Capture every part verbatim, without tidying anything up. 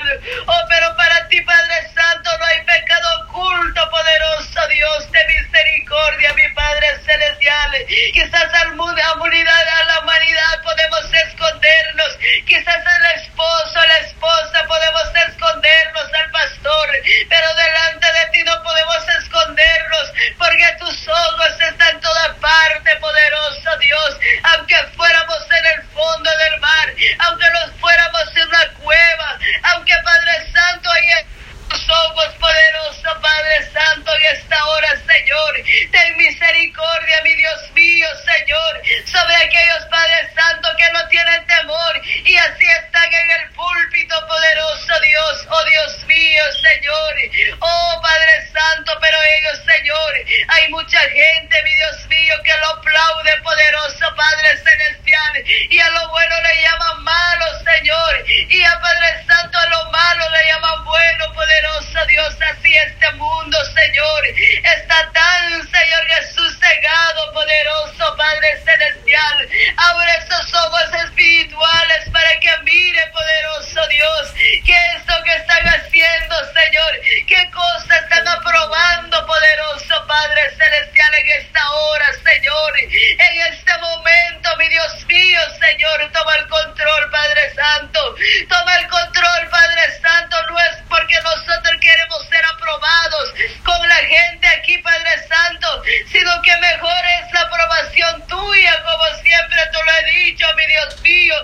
Oh, pero para ti, Padre Santo, no hay pecado oculto, poderoso Dios de misericordia, mi Padre Celestial. Quizás a la humanidad, a la humanidad podemos escondernos, quizás el esposo, la esposa podemos escondernos, al pastor, pero delante de ti no podemos escondernos, porque tus ojos están en toda parte, poderoso Dios. Aunque fuéramos en el fondo del mar, aunque nos fuéramos en una cueva, aunque, Padre Santo, ahí tus ojos, poderoso Padre Santo, en esta hora, Señor, ten misericordia, mi Dios mío, Señor, sobre aquellos, Padre Santo, que no tienen temor y así están en el púlpito, poderoso Dios, oh Dios mío, Señor, oh Padre Santo, pero ellos, Señor, hay mucha gente, mi Dios mío, que lo aplaude, poderoso Padre Celestial, y a lo bueno le llaman malo, Señor, y a Padre Santo a lo malo le llaman bueno, poderoso Dios. Así este mundo, Señor, está tan, Señor Jesús, cegado, poderoso Padre Celestial. Abre esos ojos espirituales para que mire, poderoso Dios, qué es lo que están haciendo, Señor, qué cosas están aprobando, poderoso Padre Celestial, en esta hora, Señor, en este momento, mi Dios mío, Señor, toma el control, Padre Santo, toma el control, Padre Santo. No es porque nosotros queremos ser aprobados con la gente aquí, Padre Santo, sino que mejor es la aprobación tuya, como siempre te lo he dicho, mi Dios mío,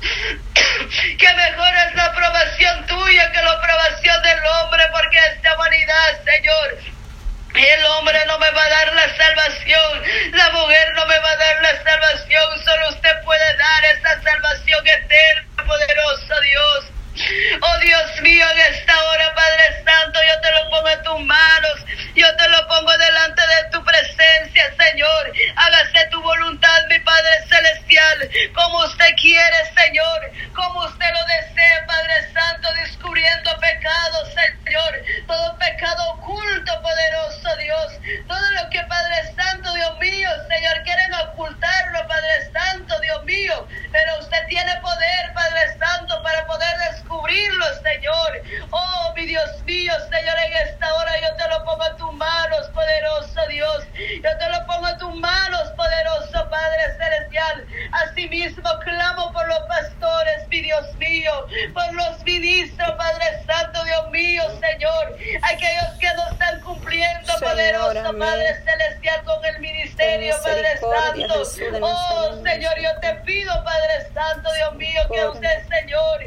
que mejor es la aprobación tuya que la aprobación del hombre, porque esta humanidad, Señor, el hombre no me va a dar la salvación, la mujer no me va a dar la salvación, solo usted puede dar esa salvación eterna, poderoso Dios. Oh Dios mío, en esta hora, Padre Santo, yo te lo pongo en tus manos, yo te lo pongo delante de tu presencia, Señor. Hágase tu voluntad, mi Padre Celestial, como usted quiere, Señor, como usted lo desea, Padre Santo, descubriendo pecados, Señor, todo pecado oculto, poderoso Dios, todo lo que, Padre Santo, Dios mío, Señor, quieren ocultarlo, Padre Santo, Dios mío, pero usted tiene poder, Padre Santo, para poder descubrirlo, Señor. Oh, mi Dios mío, Señor, en esta hora yo te lo pongo en tus manos, poderoso Dios, yo te lo pongo en tus manos, poderoso Padre Celestial. Asimismo clamo por los pastores, mi Dios mío, por los ministros, Padre Santo, Dios mío, Señor, aquellos que no están cumpliendo, Señor, poderoso amén. Padre Celestial, con el ministerio, Padre Santo. Oh, Señor, yo te pido, Padre Santo, Dios mío, que usted, Señor,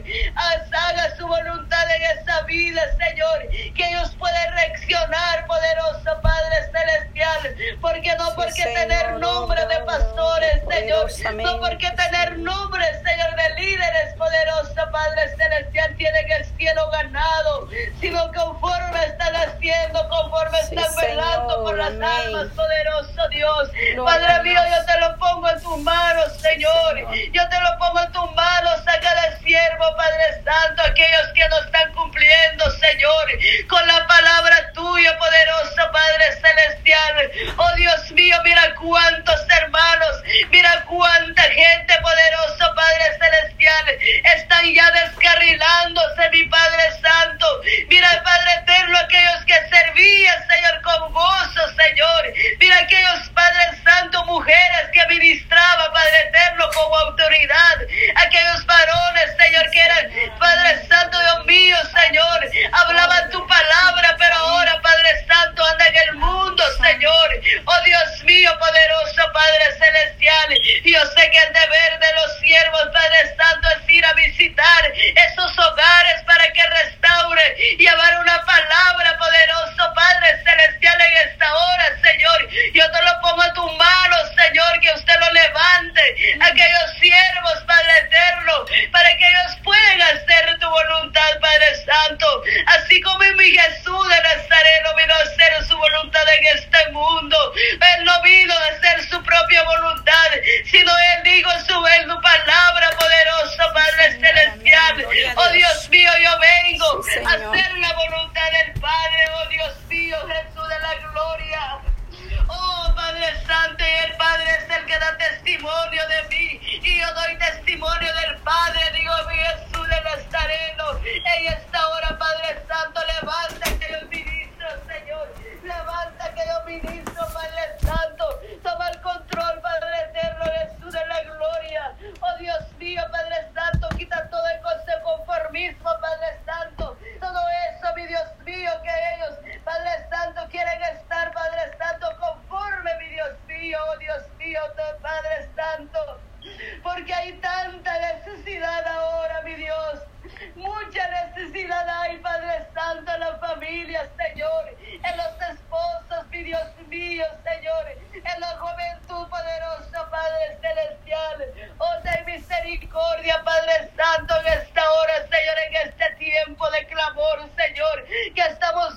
haga su voluntad en esa vida, Señor, que ellos puedan reaccionar, poderoso Padre Celestial, porque no porque sí, tener Señor, nombre de pastores, Señor, no porque tener nombre, Señor, de líderes, poderoso Padre Celestial, tienen el cielo ganado, sino conforme están haciendo, conforme sí, están velando por las amén. Almas, poderoso Dios. Gloria Padre mío, yo te lo pongo en tus manos, Señor, Señor, yo te lo pongo en tus manos a cada siervo, Padre Santo, aquellos que no están cumpliendo, Señor, con la palabra tuya, poderoso Padre Celestial. Oh Dios mío, mira cuántos hermanos, mira cuánta gente, poderoso Padre Celestial, están ya descarrilándose, mi Padre Santo. Mira, Padre eterno, aquellos que servían, Señor, con gozo, Señor. Mira aquellos, Padre Santo, mujeres que ministraban, Padre eterno, con autoridad. Aquellos varones, Señor, que eran, Padre Santo, Dios mío, Señor, hablaban tu palabra, pero ahora, Padre Santo, anda en el mundo, Señor. Oh Dios mío, poderoso Padre Celestial, yo sé que el deber de los siervos, Padre Santo, es ir a visitar esos hogares para que restaure, llevar una palabra, poderoso Padre Celestial, en esta hora, Señor. Yo te lo pongo en tus manos, Señor, que usted lo levante, aquellos siervos, Padre eterno, para que ellos puedan hacer tu voluntad, Padre Santo, así como en mi Jesús de Nazareno vino a hacer su voluntad en este mundo. Él no vino a hacer su propia voluntad, sino Él dijo su, en su palabra, poderoso Padre Señor, Celestial. Oh Dios mío, yo vengo sí, a hacer la voluntad del Padre. Oh Dios mío, Jesús de la gloria. Oh Padre Santo, y el Padre es el que da testimonio de mí, y yo doy testimonio del Padre. Digo, mi Jesús de Nazareno, en esta hora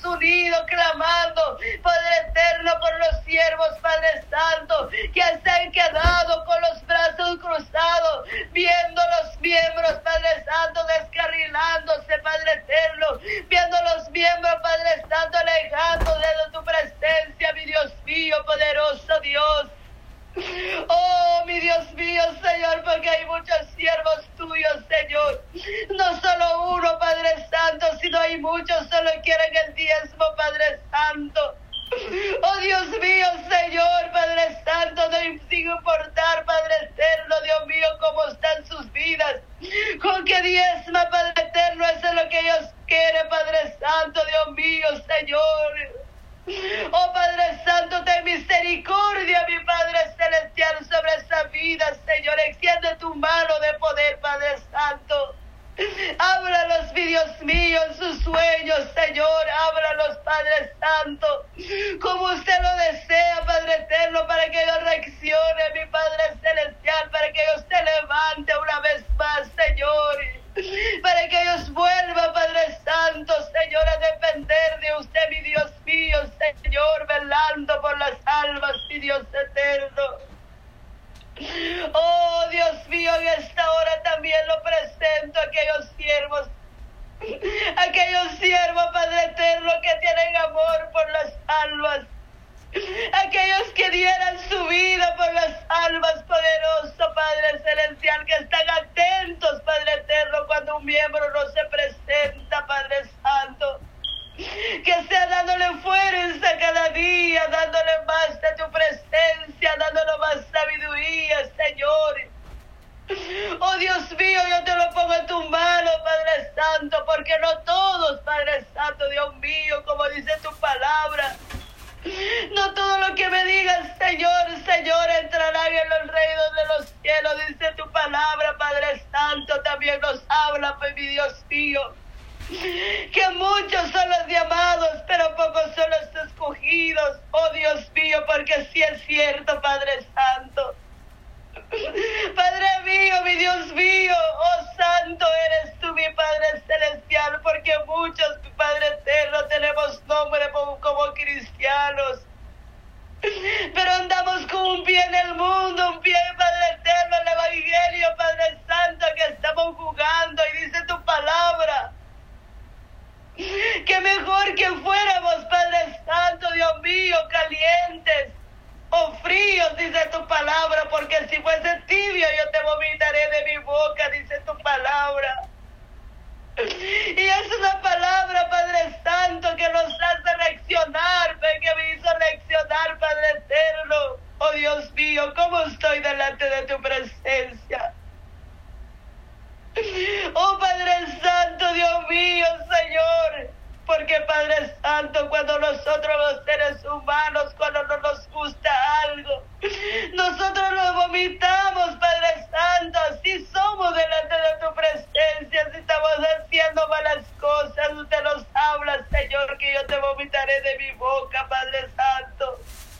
estamos unidos clamando, Padre eterno, por los siervos, Padre Santo, que se han quedado con los brazos cruzados, viendo los miembros, Padre Santo, descarrilándose, Padre eterno, viendo los miembros, Padre Santo, alejando de tu presencia, mi Dios mío, poderoso Dios. Oh, mi Dios mío, Señor, porque hay muchos siervos tuyos, Señor. No solo uno, Padre Santo, sino hay muchos, solo quieren el diezmo, Padre Santo. Oh, Dios mío, Señor, Padre Santo, no sin importar, Padre eterno, Dios mío, cómo están sus vidas. Con que diezma, Padre eterno, eso es lo que ellos quieren, Padre Santo, Dios mío, Señor. Oh Padre Santo, ten misericordia, mi Padre Celestial, sobre esa vida, Señor. Extiende tu mano de poder, Padre Santo. Ábralos, mi Dios mío, en sus sueños, Señor. Ábralos, Padre Santo, como usted lo desea, Padre eterno, para que ellos reaccionen, mi Padre Celestial, para que ellos se levanten una vez más, Señor. Para que ellos vuelvan, Padre Santo, Señor, a depender de usted, mi Dios mío, Señor, velando por las almas, mi Dios eterno. Oh, Dios mío, en esta hora también lo presento a aquellos siervos, aquellos siervos, Padre eterno, que tienen amor por las almas, aquellos que dieran su vida por las almas, poderoso Padre Celestial, que están atentos, Padre eterno, cuando un miembro no se presenta, Padre Santo, que sea dándole fuerza cada día, dándole más de tu presencia, dándole más sabiduría, Señor. Oh Dios mío, yo te lo pongo en tu mano, Padre Santo, porque no todos, Padre Santo, Dios mío, como dice tu palabra, no todo lo que me digas, Señor, Señor, entrarán en los reinos de los cielos, dice tu palabra, Padre Santo, también nos habla, pues, mi Dios mío, que muchos son los llamados, pero pocos son los escogidos, oh Dios mío, porque sí es cierto, Padre Santo. Padre mío, mi Dios mío, oh santo eres tú, mi Padre Celestial, porque muchos, mi Padre eterno, tenemos nombre como, como cristianos, pero andamos con un pie en el mundo, un pie, Padre eterno, en el Evangelio, Padre Santo, que estamos jugando, y dice tu palabra, que mejor que fuéramos, Padre Santo, Dios mío, calientes o fríos, dice tu palabra, porque si fuese tibio yo te vomitaré de mi boca, dice tu palabra. Y es una palabra, Padre Santo, que nos hace reaccionar, que me hizo reaccionar, Padre eterno. Oh Dios mío, cómo estoy delante de tu presencia. Oh Padre Santo, Dios mío, Señor, porque Padre Santo, cuando nosotros los seres humanos, cuando no nos gusta algo, nosotros lo vomitamos, Padre Santo, así somos delante de tu presencia, si estamos haciendo malas cosas, usted nos habla, Señor, que yo te vomitaré de mi boca, Padre Santo.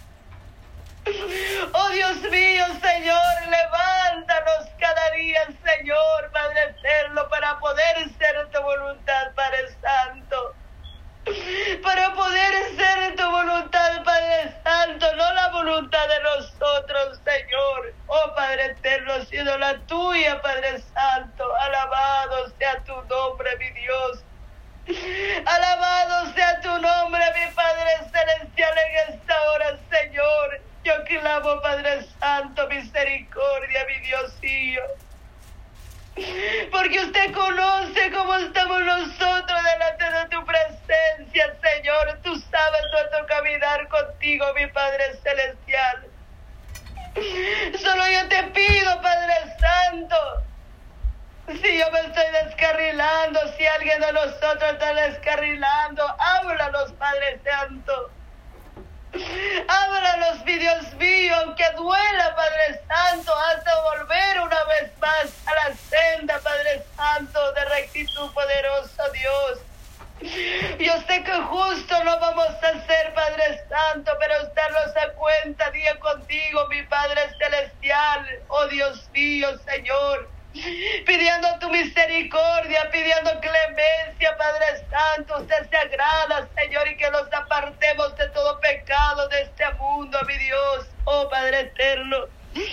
Oh Dios mío, Señor, levántanos cada día, Señor, Padre eterno, para poder ser tu voluntad, Padre Santo. Para poder ser tu voluntad, Padre Santo, no la voluntad de nosotros, Señor. Oh Padre eterno, sino la tuya, Padre Santo. Alabado sea tu nombre, mi Dios. Alabado sea tu nombre, mi Padre Celestial, en esta hora, Señor. Yo clamo, Padre Santo, misericordia, mi Dios mío. Porque usted conoce cómo estamos nosotros delante de tu presencia, Señor. Tú sabes nuestro caminar contigo, mi Padre Celestial. Solo yo te pido, Padre Santo, si yo me estoy descarrilando, si alguien de nosotros está descarrilando, háblanos, Padre Santo. Háblanos, mi Dios mío, aunque duela, Padre Santo, hasta volver una vez más a la senda, Padre Santo, de rectitud, poderoso Dios. Yo sé que justo no vamos a hacer, Padre Santo, pero estarnos a cuenta día contigo, mi Padre Celestial, oh Dios mío, Señor, pidiendo tu misericordia, pidiendo clemencia, Padre Santo. Santo, usted se agrada, Señor, y que nos apartemos de todo pecado de este mundo, mi Dios. Oh, Padre eterno.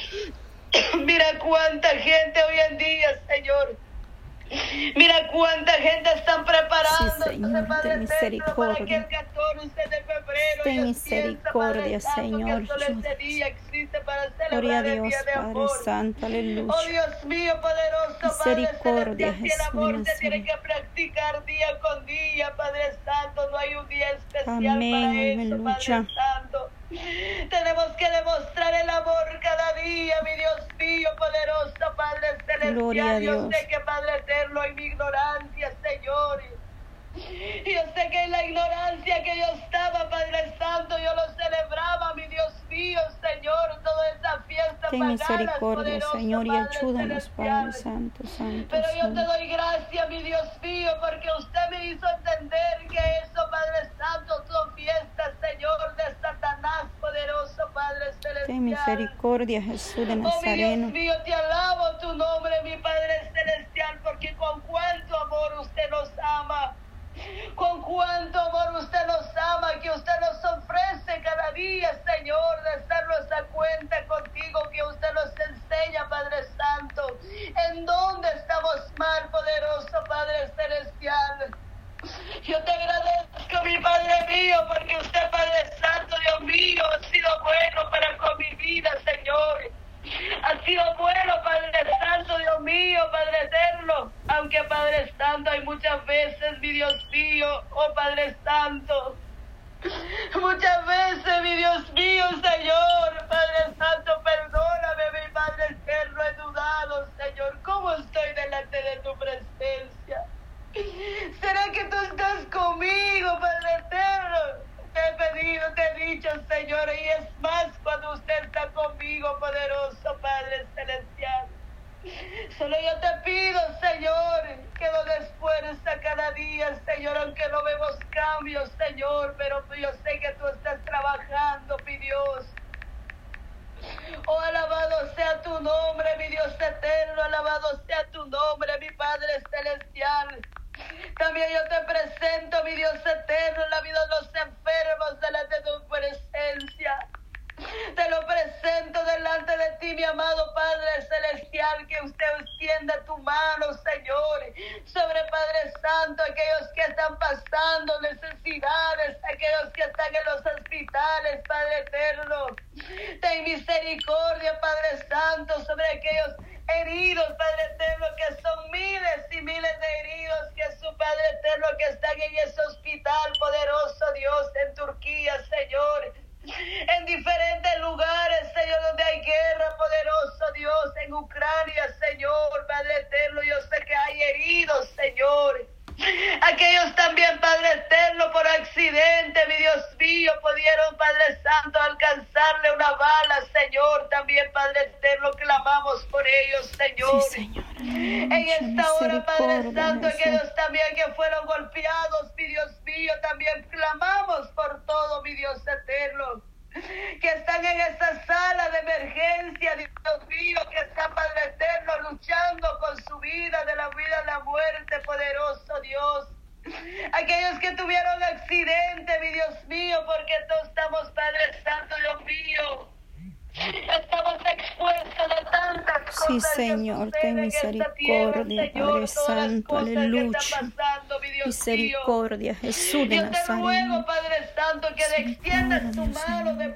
Mira cuánta gente hoy en día, Señor. Mira cuánta gente están preparando, sí, Señor, Padre ten misericordia. Para que el catorce de febrero ten ellos misericordia, piensan, Padre Señor. Santo, que solo este día existe para celebrar Gloria a el Dios, día de Padre amor. Santo, aleluya. Oh Dios mío, poderoso Misericordia, Padre celestial, si el Jesús de amor se tiene Nazaret. que practicar día con día, Padre Santo, no hay un día especial Amén, para eso, aleluya. Padre Santo. Tenemos que demostrar el amor cada día, mi Dios mío, poderoso Padre celestial. Gloria a Yo Dios. sé que, Padre eterno, en mi ignorancia, Señor, yo sé que en la ignorancia que yo estaba, Padre Santo, yo lo celebraba, mi Dios mío, Señor, toda esa fiesta Ten pagana, misericordia, poderoso Señor, y Padre ayúdanos, celestial. Padre Santo, Santo, Pero yo te Santo. doy gracias, mi Dios mío, porque usted me hizo entender que eso, Padre Santo, son fiestas, Señor, de Satanás, poderoso Padre celestial. Ten misericordia, Jesús de Oh, mi Dios Nazareno. mío, te alabo tu nombre, mi Padre celestial, porque con cuánto amor usted nos ama. Con cuánto amor usted nos ama, que usted nos ofrece cada día, Señor, de estarnos a cuenta contigo, que usted nos enseña, Padre Santo, en dónde estamos mal, poderoso Padre celestial. Yo te agradezco, mi Padre mío, porque usted, Padre Santo, Dios mío, ha sido bueno para con mi vida, Señor. Ha sido bueno, Padre Santo, Dios mío, Padre eterno. Aunque, Padre Santo, hay muchas veces, mi Dios mío, oh Padre Santo, muchas veces, mi Dios mío, Señor, Padre Santo, perdóname, mi Padre eterno, he dudado, Señor, ¿cómo estoy delante de tu presencia? ¿Será que tú estás conmigo, Padre eterno? Te he pedido, te he dicho, Señor, y es más cuando usted está conmigo, poderoso Padre celestial. Solo yo te pido, Señor, que lo des fuerza cada día, Señor, aunque no vemos cambios, Señor, pero yo sé que tú estás trabajando, mi Dios. Oh, alabado sea tu nombre, mi Dios eterno, alabado sea tu nombre, mi Padre celestial. También yo te presento, mi Dios eterno, la vida de los enfermos delante de tu presencia. Te lo presento delante de ti, mi amado Padre celestial, que usted extienda tu mano, Señor, sobre, Padre Santo, aquellos que están pasando necesidades, aquellos que están en los hospitales, Padre eterno. Ten misericordia, Padre Santo, sobre aquellos heridos, Padre eterno, que son miles y miles de heridos, que su Padre eterno, que están en ese hospital, poderoso Dios, en Turquía, Señor. En diferentes lugares, Señor, donde hay guerra, poderoso Dios, en Ucrania, Señor, Padre eterno, yo sé que hay heridos, Señor. Aquellos también, Padre eterno, por accidente, mi Dios mío, pudieron, Padre Santo, alcanzarle una bala, Señor. También, Padre eterno, clamamos por ellos, Señor. Sí, Señor. En esta hora, Padre Santo, Jesús. aquellos también que fueron golpeados, mi Dios mío, también clamamos por todo, mi Dios eterno. Que están en esa sala de emergencia, Dios mío, que están, Padre eterno, luchando con su vida, de la vida a la muerte, poderoso Dios. Aquellos que tuvieron accidente, mi Dios mío, porque todos estamos, Padre Santo, Dios mío, estamos expuestos de tantas cosas. Sí, Señor, ten misericordia, Padre Santo, aleluya. Misericordia, Jesús de Yo te Nazaret. ruego, Padre Santo, que le extiendas tu mano de